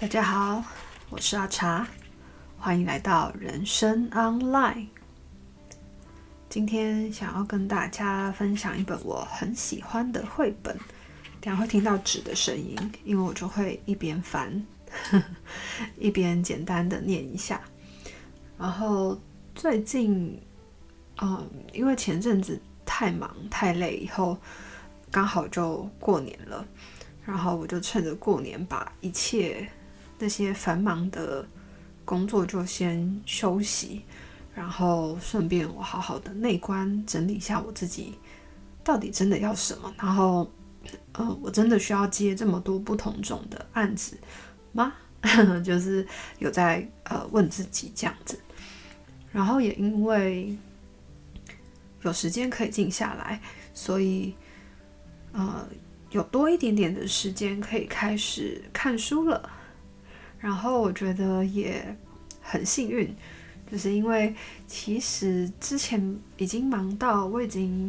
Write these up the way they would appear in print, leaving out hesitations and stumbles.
大家好，我是阿茶，欢迎来到人生 Online。今天想要跟大家分享一本我很喜欢的绘本，等一下会听到纸的声音，因为我就会一边翻一边简单的念一下。然后最近因为前阵子太忙太累，以后刚好就过年了，然后我就趁着过年把一切那些繁忙的工作就先休息，然后顺便我好好的内观整理一下我自己到底真的要什么，然后我真的需要接这么多不同种的案子吗？就是有在问自己这样子。然后也因为有时间可以静下来，所以有多一点点的时间可以开始看书了。然后我觉得也很幸运，就是因为其实之前已经忙到我已经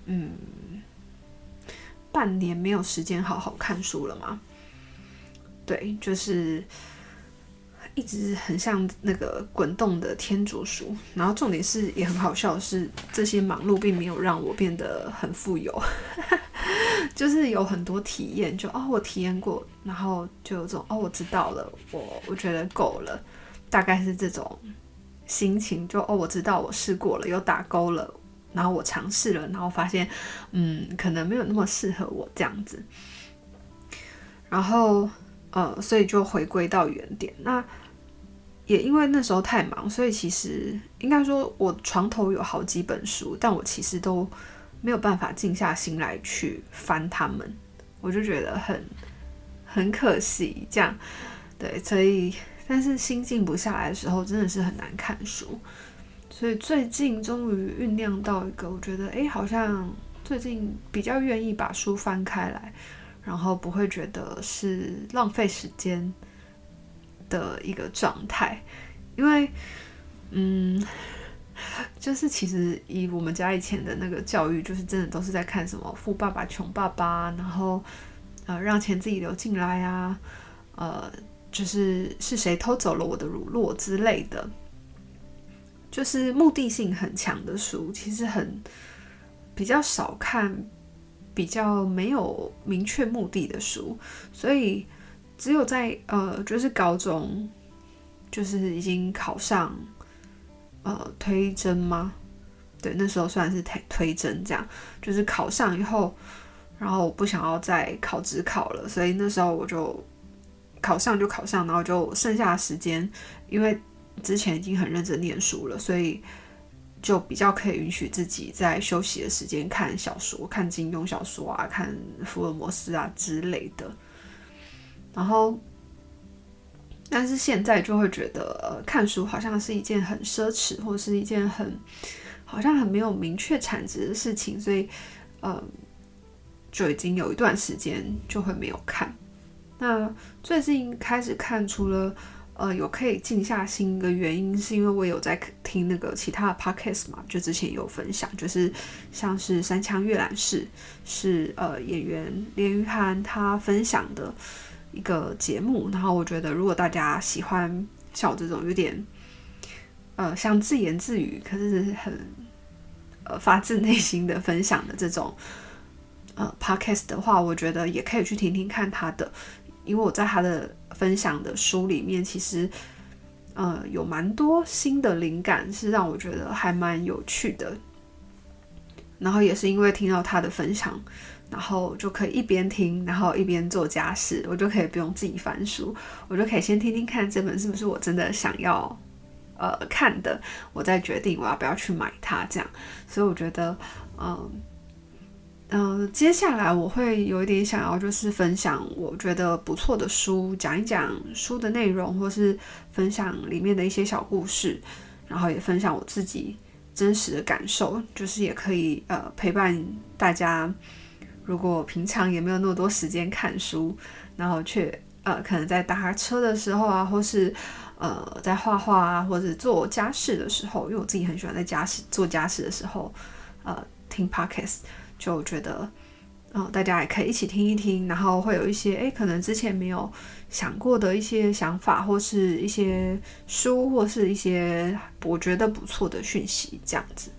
半年没有时间好好看书了嘛。对，就是一直很像那个滚动的天竺鼠。然后重点是也很好笑的是，这些忙碌并没有让我变得很富有就是有很多体验，就我体验过，然后就有这种我知道了，我觉得够了，大概是这种心情。就我知道我试过了，有打勾了，然后我尝试了，然后发现可能没有那么适合我这样子。然后所以就回归到原点。那也因为那时候太忙，所以其实应该说我床头有好几本书，但我其实都没有办法静下心来去翻它们，我就觉得很可惜这样。对，所以但是心静不下来的时候真的是很难看书。所以最近终于酝酿到一个我觉得好像最近比较愿意把书翻开来，然后不会觉得是浪费时间的一个状态。因为就是其实以我们家以前的那个教育，就是真的都是在看什么富爸爸穷爸爸，然后让钱自己流进来啊，就是谁偷走了我的乳酪之类的，就是目的性很强的书，其实比较少看比较没有明确目的的书。所以只有在就是高中，就是已经考上推甄吗？对，那时候算是推甄，这样就是考上以后，然后我不想要再考指考了，所以那时候我就考上就考上，然后就剩下的时间，因为之前已经很认真念书了，所以就比较可以允许自己在休息的时间看小说，看金庸小说啊，看福尔摩斯啊之类的。然后但是现在就会觉得看书好像是一件很奢侈，或是一件好像很没有明确产值的事情，所以就已经有一段时间就会没有看。那最近开始看，除了有可以静下心的原因，是因为我有在听那个其他的 podcast 嘛，就之前有分享，就是像是山羌阅览室，是演员连俞涵他分享的一个节目。然后我觉得如果大家喜欢像我这种有点像自言自语，可是很发自内心的分享的这种podcast 的话，我觉得也可以去听听看他的。因为我在他的分享的书里面，其实有蛮多新的灵感，是让我觉得还蛮有趣的。然后也是因为听到他的分享，然后就可以一边听，然后一边做家事，我就可以不用自己翻书，我就可以先听听看这本是不是我真的想要看的，我再决定我要不要去买它这样。所以我觉得接下来我会有一点想要就是分享我觉得不错的书，讲一讲书的内容，或是分享里面的一些小故事，然后也分享我自己真实的感受，就是也可以陪伴大家。如果平常也没有那么多时间看书，然后却可能在搭车的时候啊，或是在画画啊，或者做家事的时候，因为我自己很喜欢在做家事的时候听 podcast， 就觉得大家也可以一起听一听，然后会有一些可能之前没有想过的一些想法，或是一些书，或是一些我觉得不错的讯息，这样子。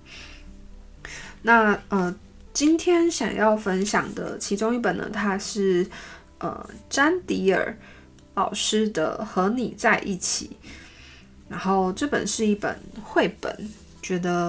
那今天想要分享的其中一本呢，它是詹迪尔老师的《和你在一起》，然后这本是一本绘本，觉得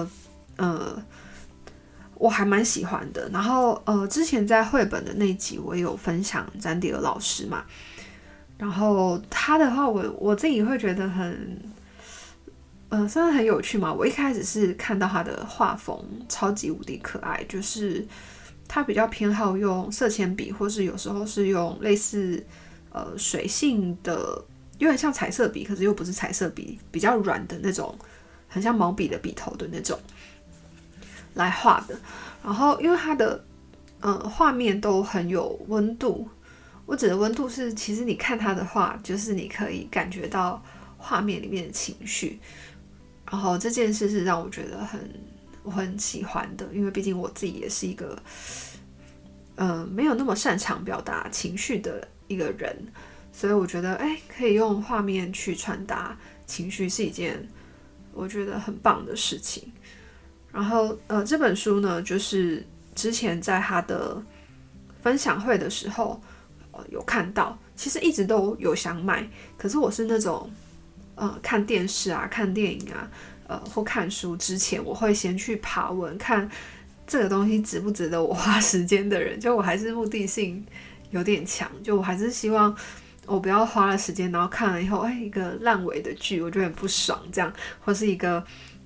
我还蛮喜欢的。然后之前在绘本的那集我也有分享詹迪尔老师嘛，然后他的话我自己会觉得很虽然很有趣嘛。我一开始是看到他的画风超级无敌可爱，就是他比较偏好用色铅笔，或是有时候是用类似水性的，有点像彩色笔，可是又不是彩色笔，比较软的那种，很像毛笔的笔头的那种来画的。然后因为它的画面都很有温度，我指的温度是其实你看它的画，就是你可以感觉到画面里面的情绪。然后这件事是让我觉得我很喜欢的，因为毕竟我自己也是一个没有那么擅长表达情绪的一个人，所以我觉得可以用画面去传达情绪是一件我觉得很棒的事情。然后这本书呢，就是之前在他的分享会的时候有看到，其实一直都有想买，可是我是那种看电视啊、看电影啊或看书之前，我会先去爬文看这个东西值不值得我花时间的人，就我还是目的性有点强，就我还是希望我不要花了时间，然后看了以后一个烂尾的剧，我就很不爽这样，或是一个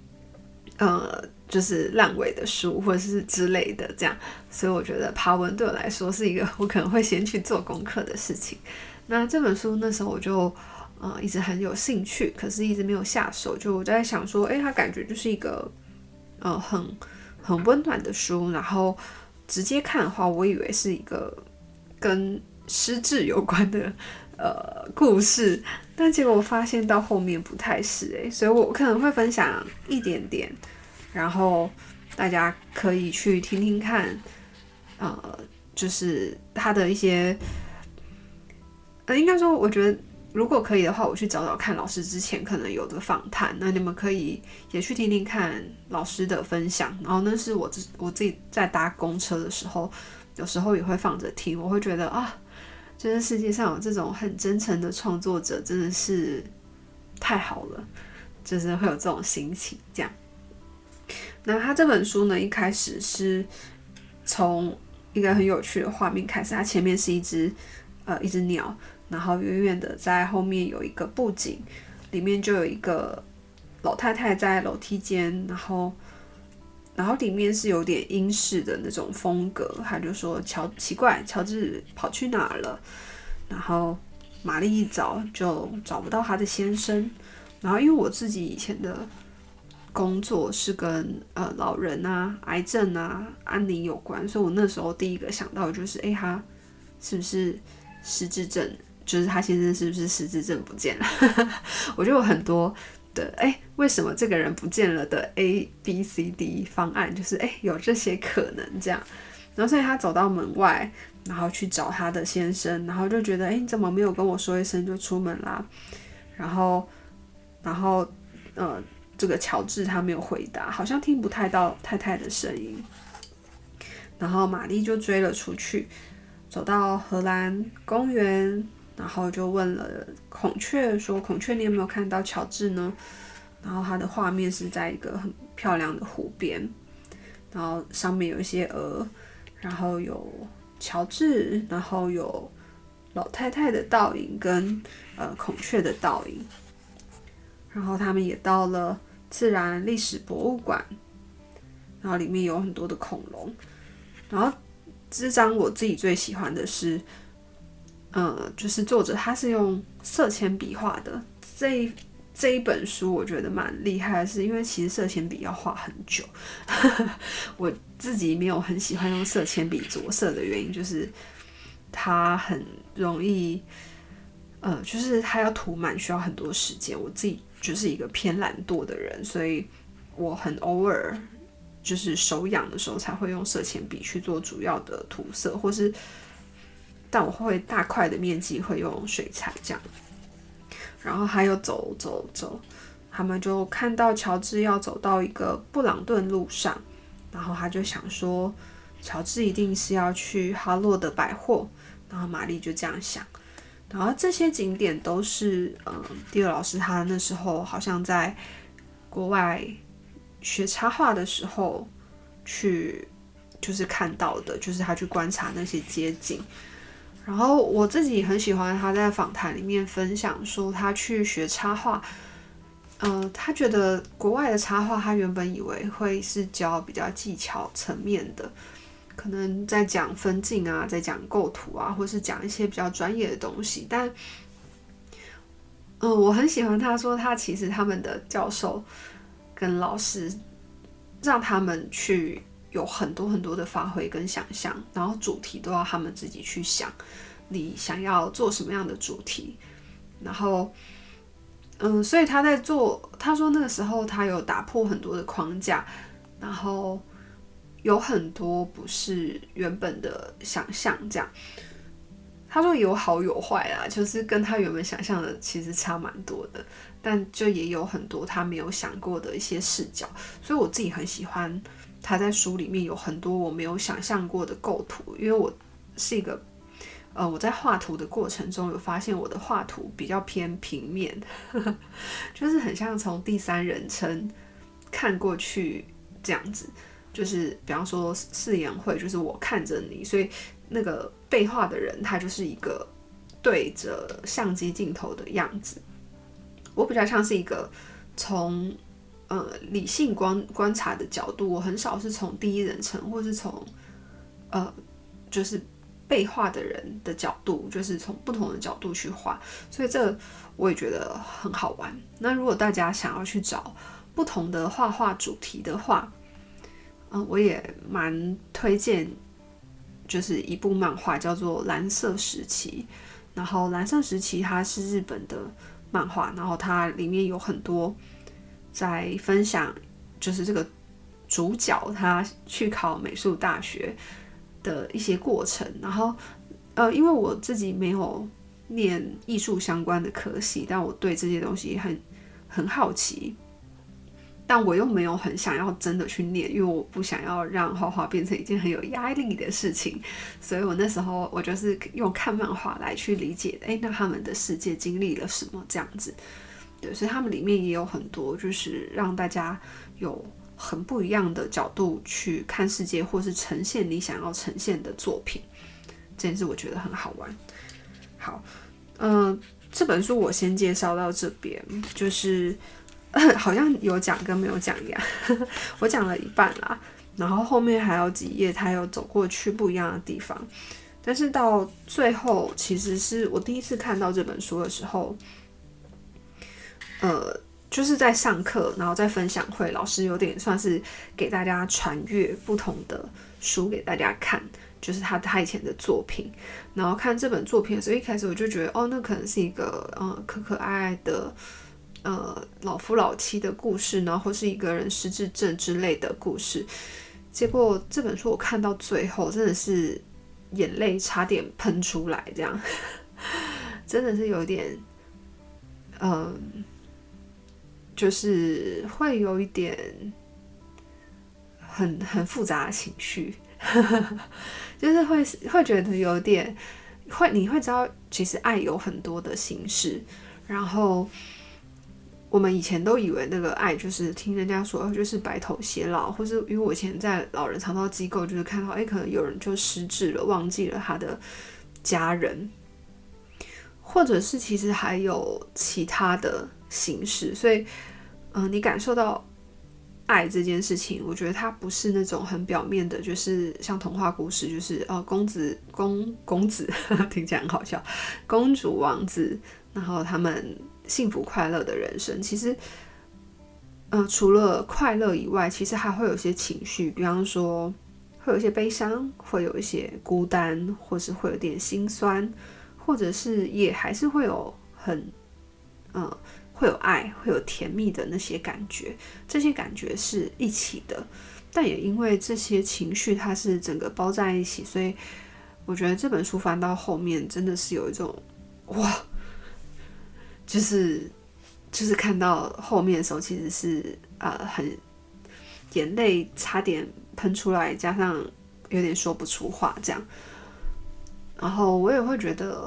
就是烂尾的书或者是之类的这样。所以我觉得爬文对我来说是一个我可能会先去做功课的事情。那这本书那时候我就一直很有兴趣，可是一直没有下手，就我在想说它感觉就是一个很温暖的书，然后直接看的话我以为是一个跟失智有关的故事，但结果我发现到后面不太是所以我可能会分享一点点，然后大家可以去听听看就是他的一些应该说我觉得如果可以的话，我去找找看老师之前可能有的访谈，那你们可以也去听听看老师的分享。然后那是我自己在搭公车的时候，有时候也会放着听，我会觉得就是世界上有这种很真诚的创作者，真的是太好了，就是会有这种心情这样。那他这本书呢，一开始是从一个很有趣的画面开始，它前面是一只鸟，然后远远的在后面有一个布景，里面就有一个老太太在楼梯间，然后里面是有点英式的那种风格。他就说奇怪，乔治跑去哪儿了？然后玛丽一找就找不到她的先生。然后因为我自己以前的工作是跟老人啊、癌症啊、安宁有关，所以我那时候第一个想到的就是他是不是失智症，就是他先生是不是失智症不见了我就有很多的为什么这个人不见了的 A、B、C、D 方案，就是有这些可能这样。然后所以他走到门外，然后去找他的先生，然后就觉得你怎么没有跟我说一声就出门啦？然后这个乔治他没有回答，好像听不太到太太的声音。然后玛丽就追了出去，走到荷兰公园，然后就问了孔雀说：“孔雀，你有没有看到乔治呢？”然后他的画面是在一个很漂亮的湖边，然后上面有一些鹅，然后有乔治，然后有老太太的倒影跟孔雀的倒影。然后他们也到了自然历史博物馆，然后里面有很多的恐龙。然后这张我自己最喜欢的是就是作者他是用色铅笔画的。这一本书我觉得蛮厉害的，是因为其实色铅笔要画很久我自己没有很喜欢用色铅笔着色的原因，就是它很容易就是它要涂满需要很多时间，我自己就是一个偏懒惰的人，所以我很偶尔就是手痒的时候才会用色铅笔去做主要的涂色，或是但我会大块的面积会用水彩这样。然后还有走，他们就看到乔治要走到一个布朗顿路上，然后他就想说，乔治一定是要去哈洛德百货，然后玛丽就这样想。然后这些景点都是第二老师他那时候好像在国外学插画的时候去就是看到的，就是他去观察那些街景。然后我自己很喜欢他在访谈里面分享说，他去学插画，他觉得国外的插画，他原本以为会是教比较技巧层面的，可能在讲分镜啊，在讲构图啊，或是讲一些比较专业的东西。但，我很喜欢他说，他们的教授跟老师让他们去有很多很多的发挥跟想象，然后主题都要他们自己去想，你想要做什么样的主题，然后。所以他在做，他说那个时候他有打破很多的框架，然后有很多不是原本的想象这样。他说有好有坏啦，就是跟他原本想象的其实差蛮多的，但就也有很多他没有想过的一些视角，所以我自己很喜欢他在书里面有很多我没有想象过的构图，因为我是一个。我在画图的过程中有发现我的画图比较偏平面，就是很像从第三人称看过去这样子，就是比方说四眼会，就是我看着你，所以那个被画的人他就是一个对着相机镜头的样子。我比较像是一个从理性观察的角度，我很少是从第一人称或是从就是被画的人的角度，就是从不同的角度去画，所以这我也觉得很好玩。那如果大家想要去找不同的画画主题的话，我也蛮推荐，就是一部漫画叫做《蓝色时期》。然后《蓝色时期》它是日本的漫画，然后它里面有很多在分享，就是这个主角他去考美术大学的一些过程，然后因为我自己没有念艺术相关的科系，但我对这些东西很好奇，但我又没有很想要真的去念，因为我不想要让画画变成一件很有压力的事情，所以我那时候我就是用看漫画来去理解，那他们的世界经历了什么这样子，对，所以他们里面也有很多就是让大家有很不一样的角度去看世界，或是呈现你想要呈现的作品，这件事我觉得很好玩。好，这本书我先介绍到这边，就是好像有讲跟没有讲一样，我讲了一半啦，然后后面还有几页，他有走过去不一样的地方，但是到最后，其实是我第一次看到这本书的时候，就是在上课，然后在分享会，老师有点算是给大家传阅不同的书给大家看，就是他以前的作品。然后看这本作品的时候，一开始我就觉得，那可能是一个可可爱爱的老夫老妻的故事，然后或是一个人失智症之类的故事。结果这本书我看到最后，真的是眼泪差点喷出来，这样真的是有点就是会有一点很复杂的情绪，就是会觉得有点你会知道，其实爱有很多的形式，然后我们以前都以为那个爱就是听人家说就是白头偕老，或是因为我以前在老人长照机构就是看到，可能有人就失智了，忘记了他的家人，或者是其实还有其他的形式，所以你感受到爱这件事情，我觉得它不是那种很表面的，就是像童话故事，就是公子听起来很好笑，公主王子，然后他们幸福快乐的人生。其实除了快乐以外，其实还会有一些情绪，比方说会有一些悲伤，会有一些孤单，或是会有点心酸，或者是也还是会有会有爱，会有甜蜜的那些感觉，这些感觉是一起的。 但也因为这些情绪它是整个包在一起，所以我觉得这本书翻到后面真的是有一种哇，就是看到后面的时候，其实是很眼泪差点喷出来，加上有点说不出话这样。然后我也会觉得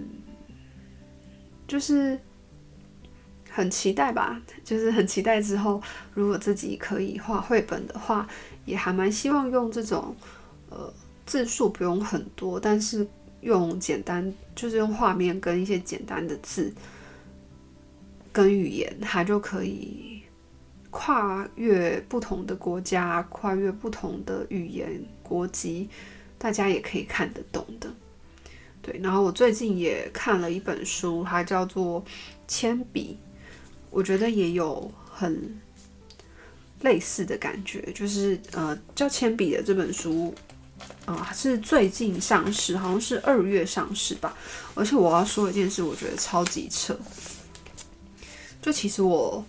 就是很期待吧，就是很期待之后如果自己可以画绘本的话，也还蛮希望用这种字数不用很多，但是用简单，就是用画面跟一些简单的字跟语言，它就可以跨越不同的国家，跨越不同的语言国籍，大家也可以看得懂的。对，然后我最近也看了一本书，它叫做《铅笔》，我觉得也有很类似的感觉，就是叫《铅笔》的这本书，是最近上市，好像是2月上市吧。而且我要说一件事，我觉得超级扯。就其实我，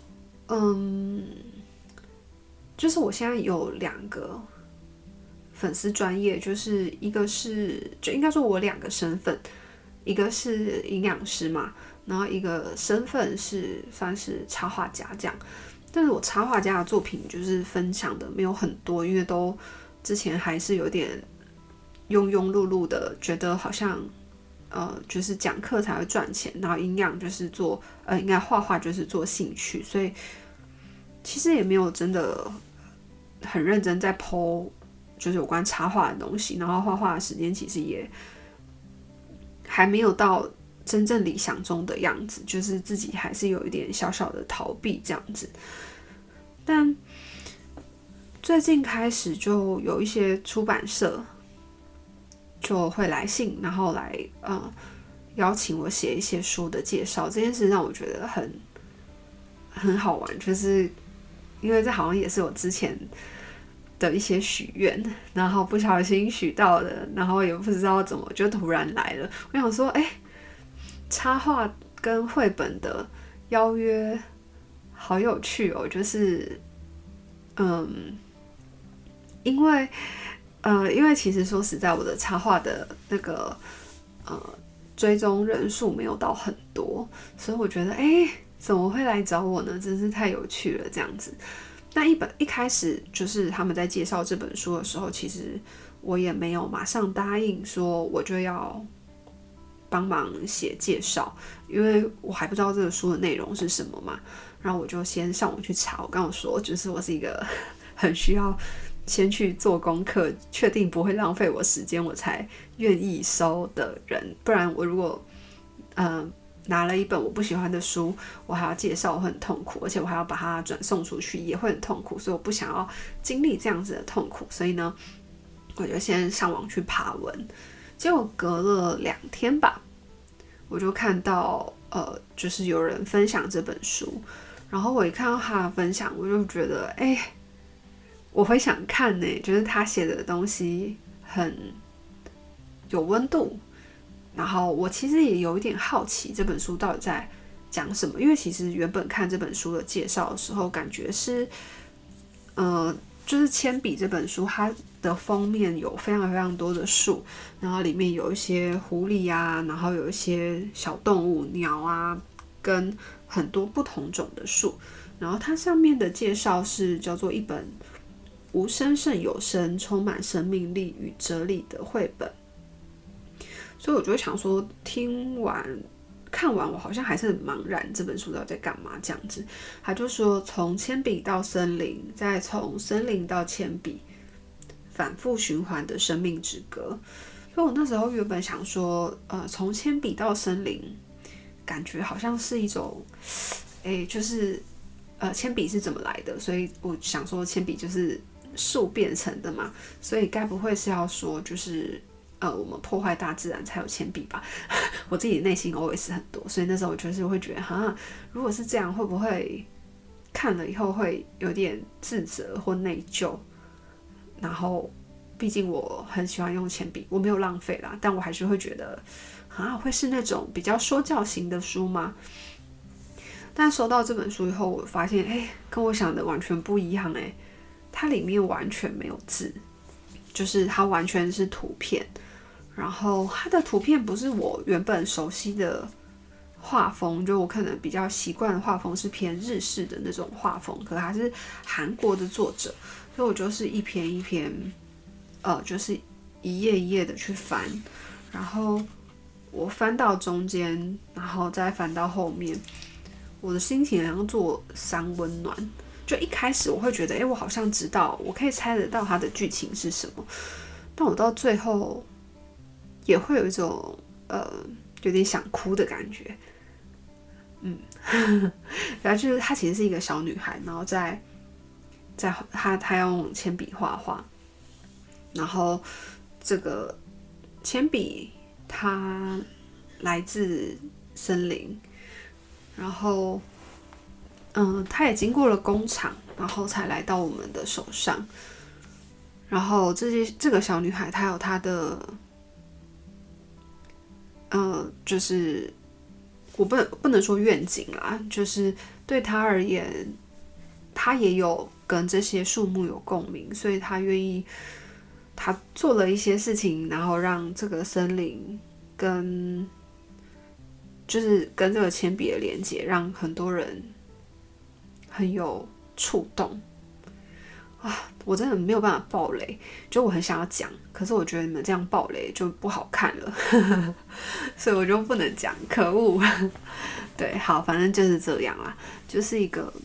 就是我现在有2个粉丝专页，就是一个是，就应该说我2个身份，一个是营养师嘛，然后一个身份是算是插画家这样。但是我插画家的作品就是分享的没有很多，因为都之前还是有点庸庸碌碌的，觉得好像就是讲课才会赚钱，然后营养就是做应该画画就是做兴趣，所以其实也没有真的很认真在 po 就是有关插画的东西，然后画画的时间其实也还没有到真正理想中的样子，就是自己还是有一点小小的逃避这样子。但最近开始就有一些出版社就会来信，然后来邀请我写一些书的介绍，这件事让我觉得很好玩，就是因为这好像也是我之前的一些许愿，然后不小心许到的，然后也不知道怎么就突然来了。我想说，插画跟绘本的邀约好有趣哦，就是因为其实说实在，我的插画的那个追踪人数没有到很多，所以我觉得怎么会来找我呢？真是太有趣了这样子。那一开始就是他们在介绍这本书的时候，其实我也没有马上答应说我就要帮忙写介绍，因为我还不知道这个书的内容是什么嘛。然后我就先上网去查，我刚刚说就是我是一个很需要先去做功课，确定不会浪费我时间，我才愿意收的人。不然我如果拿了一本我不喜欢的书，我还要介绍，我会很痛苦，而且我还要把它转送出去，也会很痛苦，所以我不想要经历这样子的痛苦。所以呢，我就先上网去爬文，结果隔了2天吧，我就看到就是有人分享这本书，然后我一看到他的分享，我就觉得我会想看呢，就是他写的东西很有温度。然后我其实也有一点好奇这本书到底在讲什么，因为其实原本看这本书的介绍的时候，感觉是，就是铅笔这本书，它的封面有非常非常多的树，然后里面有一些狐狸啊，然后有一些小动物、鸟啊，跟很多不同种的树，然后它上面的介绍是叫做一本无声胜有声、充满生命力与哲理的绘本。所以我就会想说，看完，我好像还是很茫然，这本书到底在干嘛？这样子，他就说从铅笔到森林，再从森林到铅笔，反复循环的生命之歌。所以我那时候原本想说，从铅笔到森林，感觉好像是一种，就是铅笔是怎么来的？所以我想说，铅笔就是树变成的嘛，所以该不会是要说就是。我们破坏大自然才有铅笔吧？我自己内心 always 很多，所以那时候我就是会觉得，如果是这样，会不会看了以后会有点自责或内疚？然后，毕竟我很喜欢用铅笔，我没有浪费啦，但我还是会觉得，会是那种比较说教型的书吗？但收到这本书以后，我发现，跟我想的完全不一样， 它里面完全没有字，就是它完全是图片，然后它的图片不是我原本熟悉的画风，就我可能比较习惯的画风是偏日式的那种画风，可它是韩国的作者，所以我就是一篇一篇，就是一页一页的去翻，然后我翻到中间，然后再翻到后面，我的心情好像做3温暖。就一开始我会觉得，我好像知道，我可以猜得到它的剧情是什么，但我到最后也会有一种有点想哭的感觉。然后就是她其实是一个小女孩，然后她要用铅笔画画，然后这个铅笔它来自森林，然后它也经过了工厂，然后才来到我们的手上。然后这个小女孩她有她的就是我不能说愿景啦，就是对她而言，她也有跟这些树木有共鸣，所以她愿意，她做了一些事情，然后让这个森林跟这个铅笔的连接，让很多人很有触动啊！我真的没有办法爆雷，就我很想要讲，可是我觉得你们这样爆雷就不好看了，所以我就不能讲，可恶。对，好，反正就是这样啦，就是一个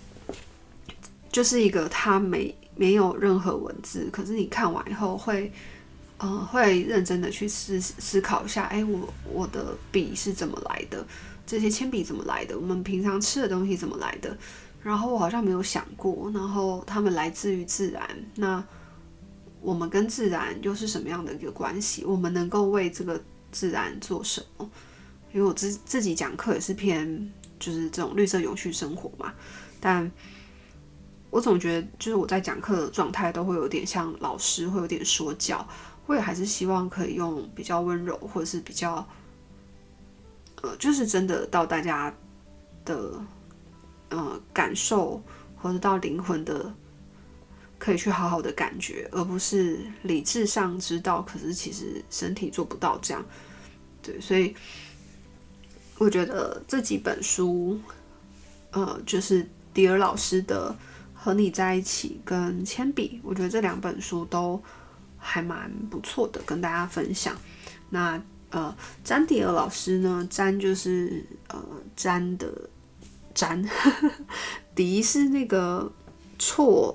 它没有任何文字，可是你看完以后会认真的去思考一下，我的笔是怎么来的，这些铅笔怎么来的，我们平常吃的东西怎么来的。然后我好像没有想过，然后他们来自于自然，那我们跟自然又是什么样的一个关系？我们能够为这个自然做什么？因为我自己讲课也是偏就是这种绿色永续生活嘛，但我总觉得就是我在讲课的状态都会有点像老师，会有点说教，我也还是希望可以用比较温柔，或者是比较就是真的到大家的感受，或者到灵魂的，可以去好好的感觉，而不是理智上知道，可是其实身体做不到这样。对，所以我觉得这几本书，就是迪尔老师的《和你在一起》跟铅笔，我觉得这2本书都还蛮不错的，跟大家分享。那詹迪尔老师呢，詹就是詹的詹，迪是那个错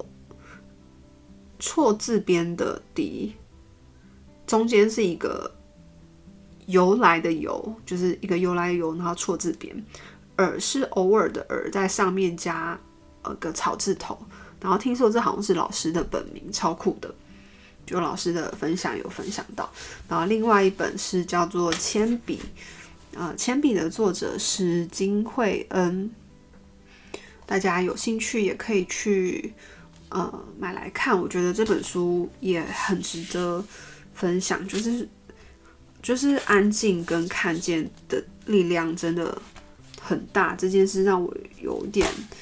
字边的迪，中间是一个由来的由，就是一个由来的由，然后错字边。尔是偶尔的尔，在上面加个草字头。然后听说这好像是老师的本名，超酷的。就老师的分享有分享到。然后另外一本是叫做《铅笔》，铅笔的作者是金惠恩。大家有兴趣也可以去买来看，我觉得这本书也很值得分享，就是安静跟看见的力量真的很大，这件事让我有点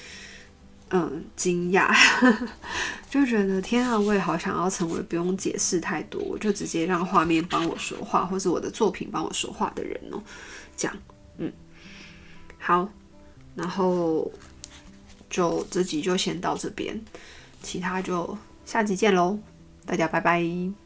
惊讶，就觉得天啊，我也好想要成为不用解释太多，我就直接让画面帮我说话，或是我的作品帮我说话的人哦，这样，好，然后就这集就先到这边，其他就下集见喽，大家拜拜。